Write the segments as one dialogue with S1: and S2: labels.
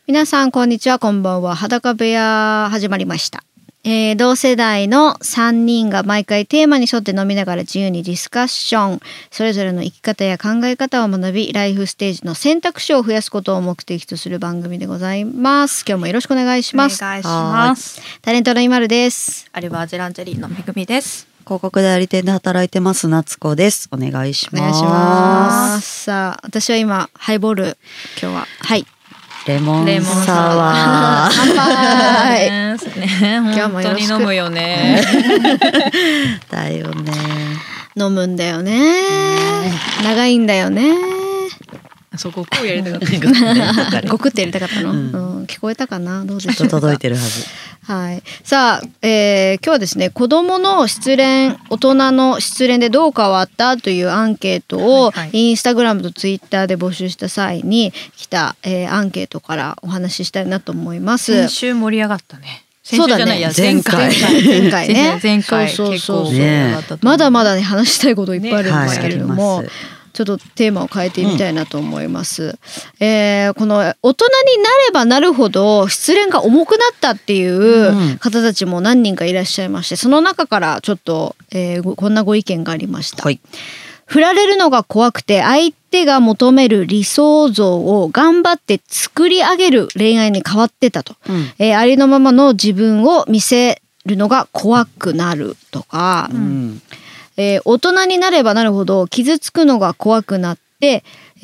S1: 皆さんこんにちは、こんばんは。裸部屋始まりました。同世代の3人が毎回テーマに沿って飲みながら自由にディスカッション、それぞれの生き方や考え方を学び、ライフステージの選択肢を増やすことを目的とする番組でございます。今日もよろしくお願いします。
S2: お願いします。
S1: タレントの今るです。
S2: アルバージェランジェリーのめぐみです。
S3: 広告代理店で働いてます夏子です。お願いします。
S1: お願いします。さあ、私は今ハイボール、今日は
S3: レモンサワー
S1: 乾杯
S2: ね、本当に飲むよね。
S3: だよね。
S1: 飲むんだよね。長いんだよね。
S2: そう、ごくをやりたかった。
S1: ごくってやりたかったの、聞こえたかな、どうでしょうか。
S3: 届いてるはず。
S1: はい。さあ、今日はですね、子どもの失恋、大人の失恋でどう変わったというアンケートを、インスタグラムとツイッターで募集した際に来た、アンケートからお話ししたいなと思います。
S2: 先週盛り上がったね。
S1: そうだね。
S3: 前回
S1: ね。
S2: 前回
S1: そう
S2: 結構盛り上がったと。
S1: まだまだね、話したいこといっぱいあるんですけれども。
S3: ね、
S1: ちょっとテーマを変えてみたいなと思います。この大人になればなるほど失恋が重くなったっていう方たちも何人かいらっしゃいまして、その中からちょっと、こんなご意見がありました。振られるのが怖くて相手が求める理想像を頑張って作り上げる恋愛に変わってたと、ありのままの自分を見せるのが怖くなるとか、大人になればなるほど傷つくのが怖くなって、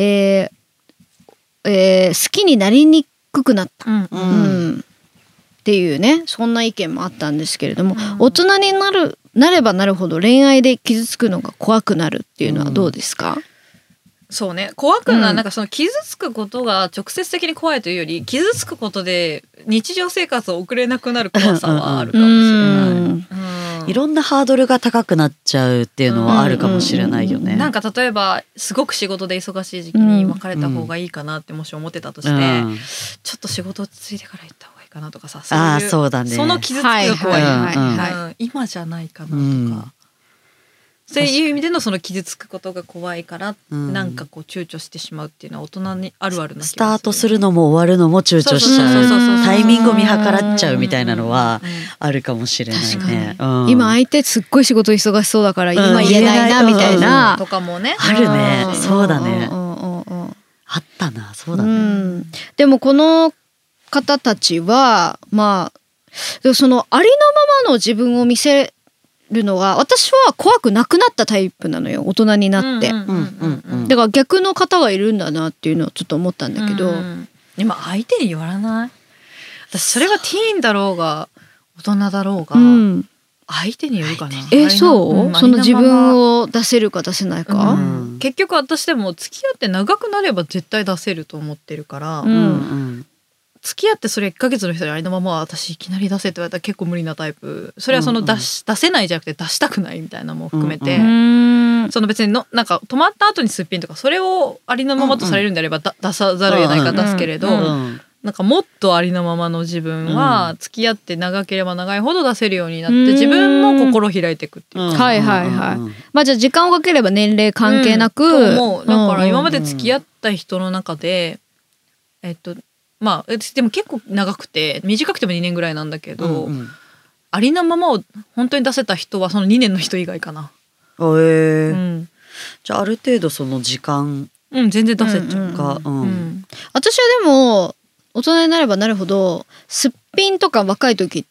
S1: 好きになりにくくなった、っていうね、そんな意見もあったんですけれども、大人になればなるほど恋愛で傷つくのが怖くなるっていうのはどうですか？
S2: そうね、怖くな、なんかその傷つくことが直接的に怖いというより、傷つくことで日常生活を送れなくなる怖さはあるかもしれない。
S3: いろんなハードルが高くなっちゃうっていうのはあるかもしれないよね。
S2: なんか例えばすごく仕事で忙しい時期に別れた方がいいかなってもし思ってたとして、ちょっと仕事落ち着いてから行った方がいいかなとかさ、
S3: そうだね、
S2: その傷つきが怖い、今じゃないかなとか、そういう意味でのその傷つくことが怖いから、なんかこう躊躇してしまうっていうのは大人にあるあるな気がする。
S3: スタートするのも終わるのも躊躇しちゃう、タイミングを見計らっちゃうみたいなのはあるかもしれないね。
S1: 今相手すっごい仕事忙しそうだから今言えないなみたいな
S2: とかもね、
S3: あるね。そうだね、あったな。そうだね。
S1: でもこの方たちはまあそのありのままの自分を見せるのが私は怖くなくなったタイプなのよ、大人になって。だから逆の方がいるんだなっていうのはちょっと思ったんだけど、
S2: 今相手に言わない？私それがティーンだろうが大人だろうが、相手に言うかな。
S1: そう、その自分を出せるか出せないか、
S2: 結局私でも付き合って長くなれば絶対出せると思ってるから、付き合ってそれ1ヶ月の人にありのまま私いきなり出せって言われたら結構無理なタイプ。それはその出せないじゃなくて出したくないみたいなのも含めて、その別になんか止まった後にすっぴんとかそれをありのままとされるんであれば出さざるを得ないから出すけれど、なんかもっとありのままの自分は付き合って長ければ長いほど出せるようになって、自分も心開いていくっていうか、まあじゃあ時間をかければ年齢関係なく、 だから今まで付き合った人の中でまあでも結構長くて短くても2年ぐらいなんだけど、ありのままを本当に出せた人はその2年の人以外かな。
S3: じゃあある程度その時間、
S2: 全然出せちゃうか。
S1: 私はでも大人になればなるほどすっぴんとか若い時って、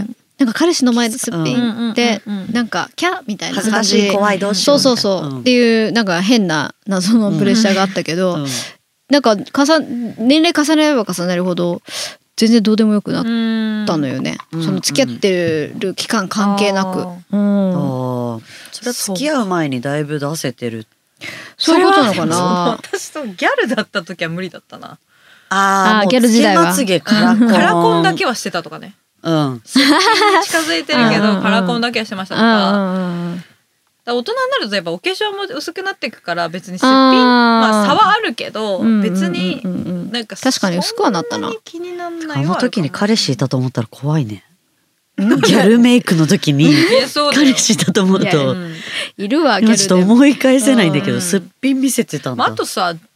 S1: なんか彼氏の前ですっぴんってなんかキャみたいな
S3: 恥ずかしい、怖い、どうしよう、
S1: そうっていうなんか変な謎のプレッシャーがあったけど、なんか年齢重ねれば重ねるほど全然どうでもよくなったのよね。その付き合ってる期間関係なく。
S3: それは付き合う前にだいぶ出せてる。
S1: そういうことなのかな。
S2: 私とギャルだった時は無理だったな。
S1: ギャル時代は
S3: つけまつげカラ
S2: コンだけはしてたとかね。近づいてるけどカラコンだけはしてましたとか。大人になるとやっぱお化粧も薄くなっていくから別にすっぴん、差はあるけど別になんか
S1: 確かに薄くはなったな。
S2: 気にならない。
S3: あの時に彼氏いたと思ったら怖いね。ギャルメイクの時に彼氏いたと思うと
S1: いるわ。
S3: 今ちょっと思い返せないんだけど、すっぴん見せてたんだ。
S2: あとさ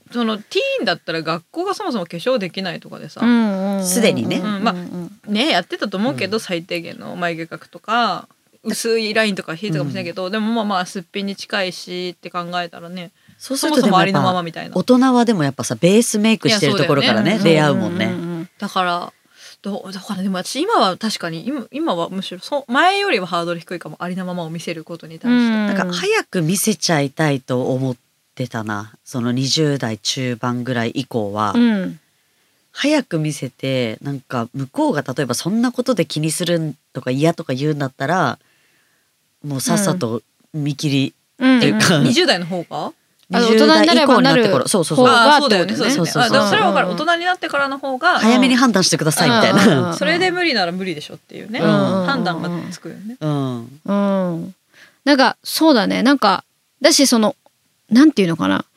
S2: そのティーンだったら学校がそもそも化粧できないとかでさ、
S3: すでにね、
S2: まあねやってたと思うけど、最低限の眉毛描くとか薄いラインとか引いたかもしれないけど、でもまあすっぴんに近いしって考えたらね、
S3: そうするとでもやっぱ大人はでもやっぱさベースメイクしてるところからね出会うもんね。
S2: だからでも私今は確かに今はむしろ前よりはハードル低いかも、ありのままを見せることに対して。
S3: なんか早く見せちゃいたいと思ってたな、その20代中盤ぐらい以降は、早く見せてなんか向こうが例えばそんなことで気にするとか嫌とか言うんだったらもうさっさと見切りっていうか、
S2: 20代の方が
S3: 20代以降になってからそう
S2: そうだよね、そうだよね。それは分かる。大人になってからの方が
S3: 早めに判断してくださいみたいな、
S2: それで無理なら無理でしょっていうね、判断がつくよね。
S1: なんかそうだね、なんかだしそのなんていうのかな、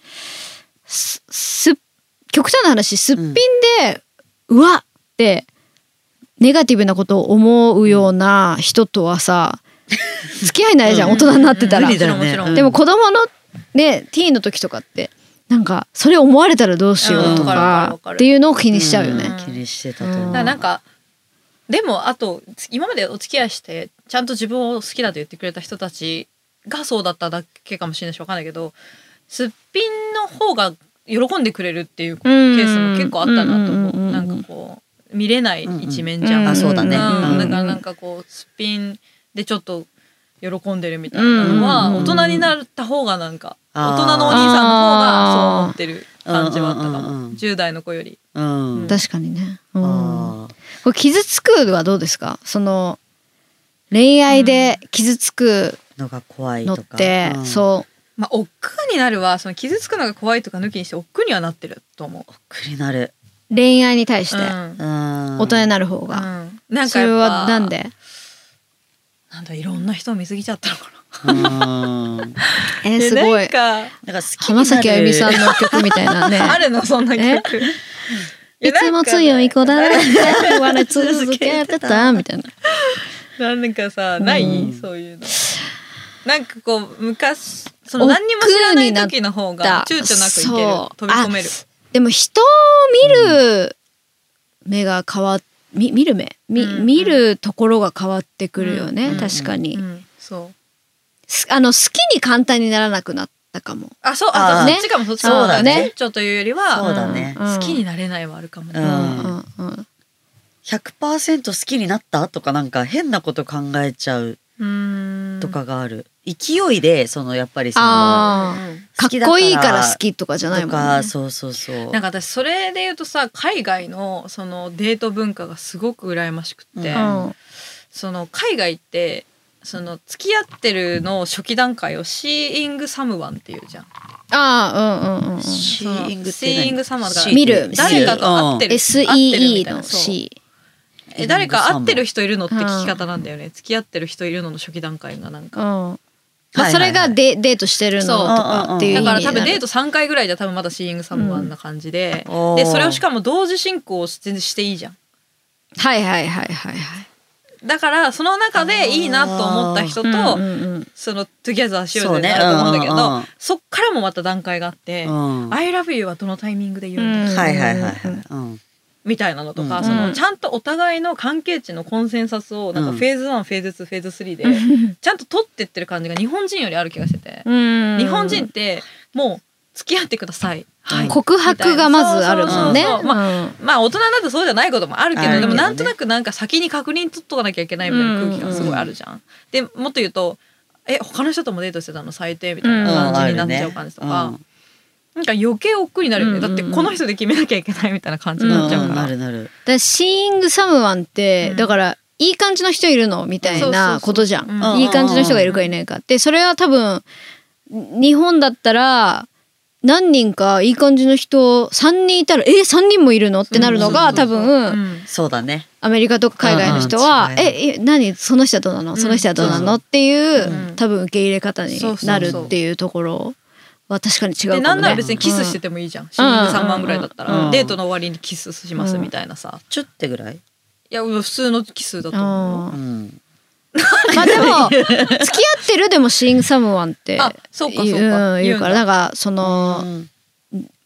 S1: 極端な話すっぴんで、うわってネガティブなことを思うような人とはさ付き合いないじゃん、大人になってたら。でも子供のねティーンの時とかってなんかそれ思われたらどうしようとかっていうのを気にしちゃうよね。
S3: 気にしてたと思う。
S2: なんかでもあと今までお付き合いしてちゃんと自分を好きだと言ってくれた人たちがそうだっただけかもしれないし分かんないけど、すっぴんの方が喜んでくれるっていうケースも結構あったなと思う。なんかこう見れない一面じゃん。
S3: あ、そうだね。
S2: だからなんかこうすっぴんでちょっと喜んでるみたいなのは大人になった方がなんか大人のお兄さんの方がそう思ってる感じはあったかも、10代の子より。
S1: 確かにね。これ傷つくはどうですか？その恋愛で傷つく
S3: のが怖い
S1: のってそう
S2: まあ億劫になるはその傷つくのが怖いとか抜きにして億劫にはなってると思う。
S3: 億劫になる。
S1: 恋愛に対して大人になる方が。
S2: なんか
S1: それはなんで？
S2: なんだいろんな人を見過ぎちゃったのかな。
S1: すごい。浜崎あゆみさんの曲みたいなね。
S2: あるのそんな曲。
S1: いつも強い子だなって言われ続けてたみたいな。
S2: なんかさないそういうの。なんかこう昔その何にも知らない時の方が躊躇なくいける、飛び込める。
S1: でも人を見る目が変わって見る目、見るところが変わってくるよね、確かに。
S2: そう
S1: 好きに簡単にならなくなったかも。
S2: あ、そう、あ、そっちかも、そっちそうだね。ちょっというよりは
S3: そうだね、
S2: 好きになれないはあるかもね。
S3: 100% 好きになったとかなんか変なこと考えちゃうとかがある。勢いでそのやっぱりその
S1: かっこいいから好きとかじゃないもんね。
S3: そうそうそう。
S2: なんか私それで言うとさ、海外のそのデート文化がすごく羨ましくって、その海外ってその付き合ってるの初期段階をSeeing Someoneっていうじゃん。
S3: Seeing
S2: Someone が
S1: 見る、
S2: 誰かと会ってる
S1: SEE の C。
S2: 誰か会ってる人いるのって聞き方なんだよね。付き合ってる人いるのの初期段階がなんか。
S1: それがデートしてるのとかっていう意味
S2: だから多分デート3回ぐらいじゃ多分まだSeeing Someoneな感じで、でそれをしかも同時進行していいじゃん。
S1: はいはいはいはいはい。
S2: だからその中でいいなと思った人とそのトゥギャザーしようってなると思うんだけど、そっからもまた段階があって「I love you」はどのタイミングで言うんだみたいなのとか、そのちゃんとお互いの関係値のコンセンサスをなんかフェーズ1、フェーズ2、フェーズ3でちゃんと取ってってる感じが日本人よりある気がしてて、日本人ってもう付き合ってください、
S1: 告白がまずあるもんね。
S2: まあ大人だとそうじゃないこともあるけど、でもなんとなくなんか先に確認取っとかなきゃいけないみたいな空気がすごいあるじゃん。でもっと言うと他の人ともデートしてたの最低みたいな感じになっちゃう感じとか。なんか余計億劫になるよね。だってこの人で決めなきゃいけないみたいな感じになっちゃうから。
S1: だSeeing Someoneってだからいい感じの人いるのみたいなことじゃん。いい感じの人がいるかいないかって、それは多分日本だったら何人かいい感じの人3人いたら3人もいるのってなるのが多分
S3: そうだね。
S1: アメリカとか海外の人は何その人はどうなのその人はどうなのっていう多分受け入れ方になるっていうところ。確かに違うかもね。
S2: なんなら別にキスしててもいいじゃん。Seeing Someoneぐらいだったらデートの終わりにキスしますみたいなさ。
S3: ちょってぐらい？
S2: いや普通のキスだと思う。
S1: まあでも付き合ってるでもSeeing Someoneって
S2: そうか
S1: 言うから、なんかその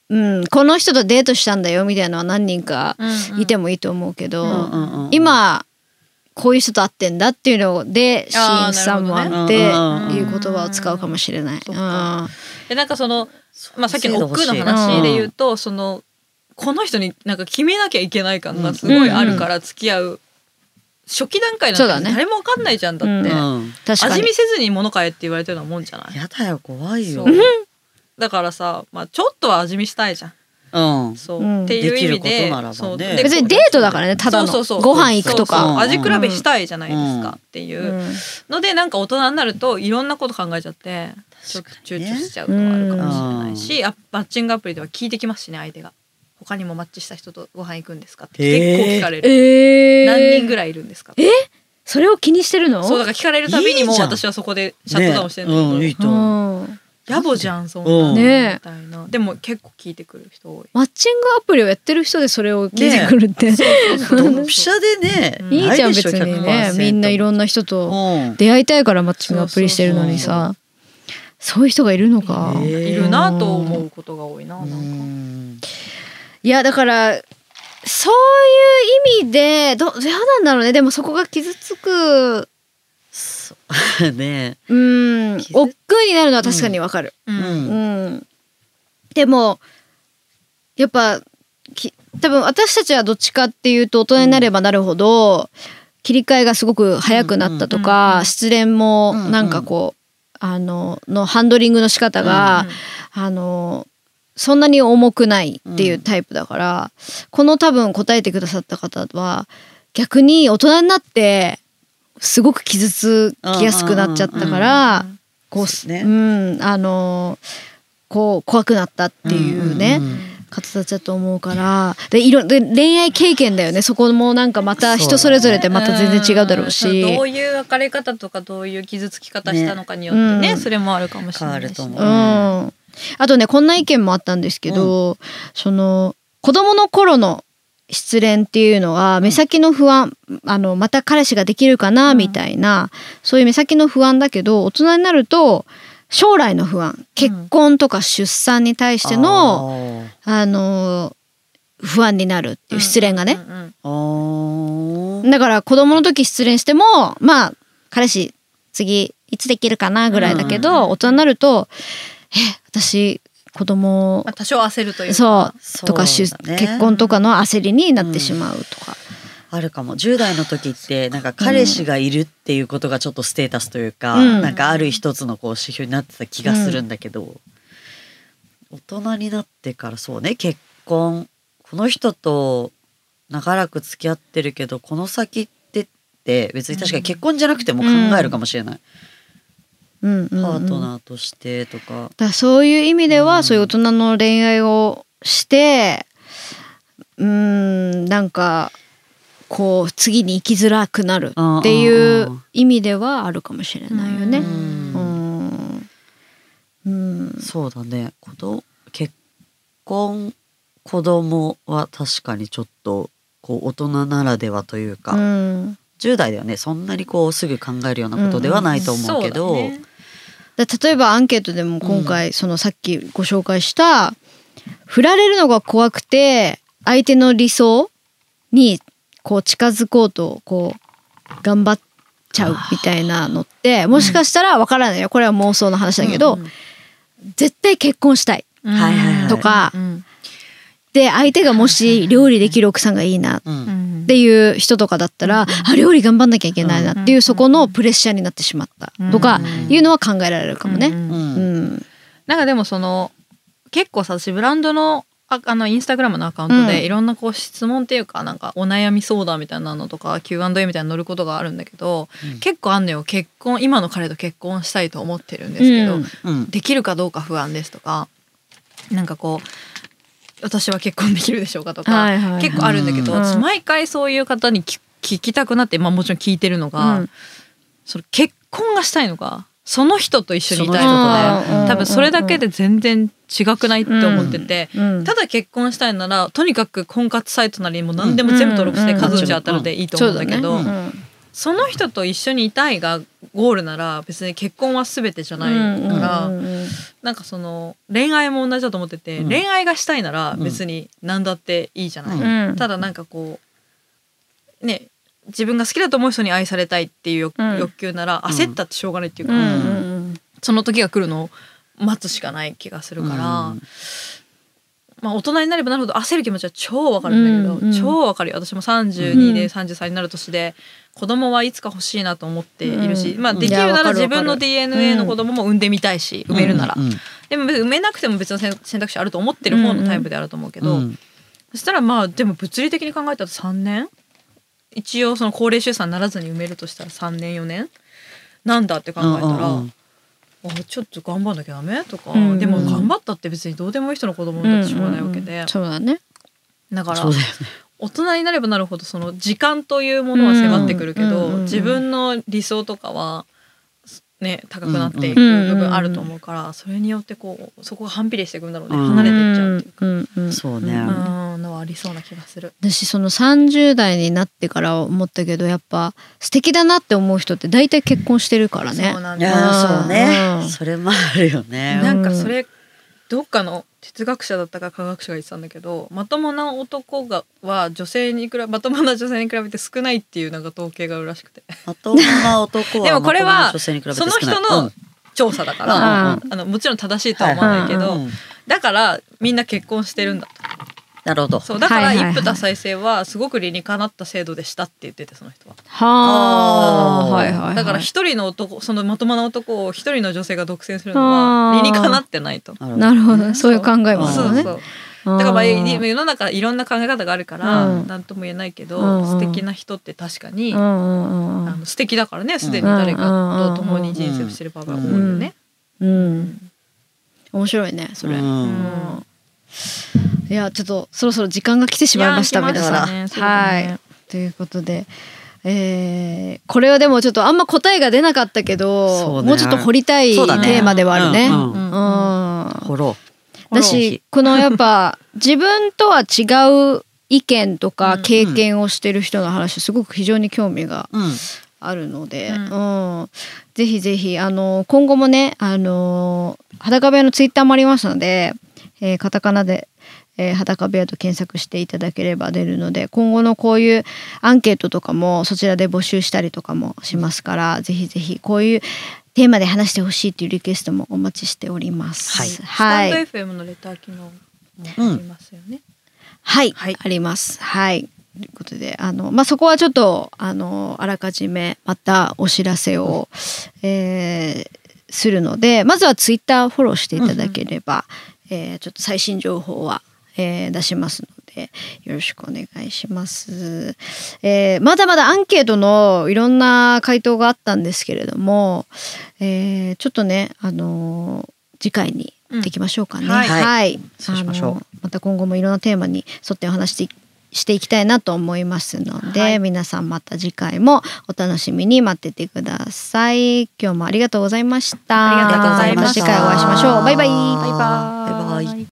S1: この人とデートしたんだよみたいなのは何人かいてもいいと思うけど、今こういう人と会ってんだっていうのでシーンさんもあっていう言葉を使うかもしれない。
S2: なんかその、さっきの億劫の話で言うと、そのこの人になんか決めなきゃいけない感がすごいあるから付き合う初期段階なんて誰も分かんないじゃん。だって、味見せずに物買えって言われてるようなもんじゃない。
S3: やだよ、怖いよ。
S2: だからさ、ちょっとは味見したいじゃん。そうっていう意味で、
S1: 別にデートだからね、ただのご飯行くとか
S2: 味比べしたいじゃないですかっていうので、なんか大人になるといろんなこと考えちゃってちょっと躊躇しちゃうのはあるかもしれないし、マッチングアプリでは聞いてきますしね、相手が。他にもマッチした人とご飯行くんですかって結構聞かれる。何人ぐらいいるんですか。
S1: それを気にしてるの？
S2: そうだから聞かれるたびにもう私はそこでシャットダウンしてるんだけど、野暮じゃんそんなみたいな。でも結構聞いてくる人多い。
S1: マッチングアプリをやってる人でそれを聞いてくるって
S3: ドンピシャでね、
S1: いいじゃん別にね。みんないろんな人と出会いたいからマッチングアプリしてるのにさ、そういう人がいるのか。
S2: いるなと思うことが多いな。なんか
S1: いやだからそういう意味でどうなんだろうね。でもそこが傷つく
S3: ね、
S1: 億劫になるのは確かにわかる。でもやっぱ多分私たちはどっちかっていうと大人になればなるほど切り替えがすごく早くなったとか、失恋もなんかこうのハンドリングの仕方がそんなに重くないっていうタイプだから、この多分答えてくださった方は逆に大人になってすごく傷つきやすくなっちゃったから、こう怖くなったっていうね、方たちだと思うから、で恋愛経験だよね。そこもなんかまた人それぞれでまた全然違うだろうし、
S2: どういう別れ方とかどういう傷つき方したのかによってね、それもあるかもしれないしね。
S1: あとねこんな意見もあったんですけど、その子供の頃の失恋っていうのは目先の不安、また彼氏ができるかなみたいな、そういう目先の不安だけど、大人になると将来の不安、結婚とか出産に対しての、不安になるっていう失恋がね、だから子供の時失恋しても彼氏次いつできるかなぐらいだけど、大人になると私子供
S2: 多少焦るという
S1: か、とか結婚とかの焦りになってしまうとか、
S3: あるかも。10代の時ってなんか彼氏がいるっていうことがちょっとステータスというか、なんかある一つのこう指標になってた気がするんだけど、大人になってからそうね、結婚、この人と長らく付き合ってるけどこの先って別に確かに結婚じゃなくても考えるかもしれない。パートナーとしてとか、
S1: そういう意味では、そういう大人の恋愛をしてなんかこう次に生きづらくなるっていう意味ではあるかもしれないよね。
S3: そうだね。結婚子供は確かにちょっとこう大人ならではというか、10代ではねそんなにこうすぐ考えるようなことではないと思うけど、
S1: 例えばアンケートでも今回そのさっきご紹介した振られるのが怖くて相手の理想にこう近づこうとこう頑張っちゃうみたいなのってもしかしたらわからないよ、これは妄想の話だけど、絶対結婚したいとかで、相手がもし料理できる奥さんがいいなっていう人とかだったら、料理頑張んなきゃいけないなっていう、そこのプレッシャーになってしまったとかいうのは考えられるかもね。
S2: なんかでもその結構さ、私ブランドのインスタグラムのアカウントでいろんなこう質問っていうか、なんかお悩み相談みたいなのとか Q&A みたいなの載ることがあるんだけど、結構あんのよ。今の彼と結婚したいと思ってるんですけど、できるかどうか不安ですとか、なんかこう私は結婚できるでしょうかとか、結構あるんだけど、毎回そういう方に聞きたくなって、もちろん聞いてるのが、その結婚がしたいのかその人と一緒にいたいので、多分それだけで全然違くないって思ってて、ただ結婚したいならとにかく婚活サイトなりも何でも全部登録して数打ち当たるでいいと思うんだけど、 その人と一緒にいたいがゴールなら別に結婚は全てじゃないから、なんかその恋愛も同じだと思ってて、恋愛がしたいなら別に何だっていいじゃない、ただなんかこうね、自分が好きだと思う人に愛されたいっていう欲求なら焦ったってしょうがないっていうか、その時が来るのを待つしかない気がするから、まあ大人になればなるほど焦る気持ちは超わかるんだけど、超わかるよ。私も32で33になる年で子供はいつか欲しいなと思っているし、まあできるなら自分の DNA の子供も産んでみたいし、産めるなら、でも産めなくても別の選択肢あると思ってる方のタイプであると思うけど、そしたらまあでも物理的に考えたら3年、一応その高齢出産ならずに産めるとしたら3年4年なんだって考えたら、ちょっと頑張んなきゃダメとか、でも頑張ったって別にどうでもいい人の子供だってしょうがないわけで、
S1: そうだね。
S2: だから大人になればなるほどその時間というものは迫ってくるけど、自分の理想とかはね高くなっていく部分あると思うから、それによってこうそこが反比例していくんだろうね、離れていっちゃうっていうか、
S3: そうね、
S2: のはありそうな気がする。
S1: 私その30代になってから思ったけど、やっぱ素敵だなって思う人って大体結婚してるからね。
S2: そうなん
S3: だ。いやそうね、それもあるよね。
S2: なんかそれどっかの哲学者だったか科学者が言ってたんだけど、まともな男は女性にまともな女性に比べて少ないっていうなんか統計があるらしくて、
S3: まともな男は
S2: でもこれは
S3: 女性に比べて
S2: その人の調査だから、もちろん正しいとは思わないけど、だからみんな結婚してるんだと。
S3: なるほど。
S2: そうだから一夫多妻制はすごく理にかなった制度でしたって言ってて、その人は。だから一人の男、そのまともな男を一人の女性が独占するのは理にかなってないと。
S1: なるほど、そういう考えもあるね。
S2: だからまあ世の中いろんな考え方があるから何とも言えないけど、素敵な人って確かに素敵だからね、すでに誰かと共に人生をしてる場合が多いよね。
S1: 面白いねそれ。いやちょっとそろそろ時間が来てしまいました皆さん。はい、ということで、これはでもちょっとあんま答えが出なかったけど、もうちょっと掘りたいテーマではあるね。
S3: 掘ろう。
S1: だしこのやっぱ自分とは違う意見とか経験をしてる人の話すごく非常に興味があるので、ぜひぜひ今後もね裸部屋のツイッターもありますので、カタカナで裸部屋と検索していただければ出るので、今後のこういうアンケートとかもそちらで募集したりとかもしますから、ぜひぜひこういうテーマで話してほしいというリクエストもお待ちしております。
S2: はい。スタンド FM のレター機能もありますよね。
S1: はい、あります。はい。ということでそこはちょっとあらかじめまたお知らせを、するので、まずはツイッターフォローしていただければ、ちょっと最新情報は、出しますのでよろしくお願いします。まだまだアンケートのいろんな回答があったんですけれども、ちょっとね次回にできましょうかね。はい。
S3: そうしましょう。
S1: また今後もいろんなテーマに沿ってお話していきたいなと思いますので、皆さんまた次回もお楽しみに待っててください。今日もありがとうございました。
S2: ありがとうございました。
S1: 次回お会いしましょう。バイバイ。
S3: バイバイ。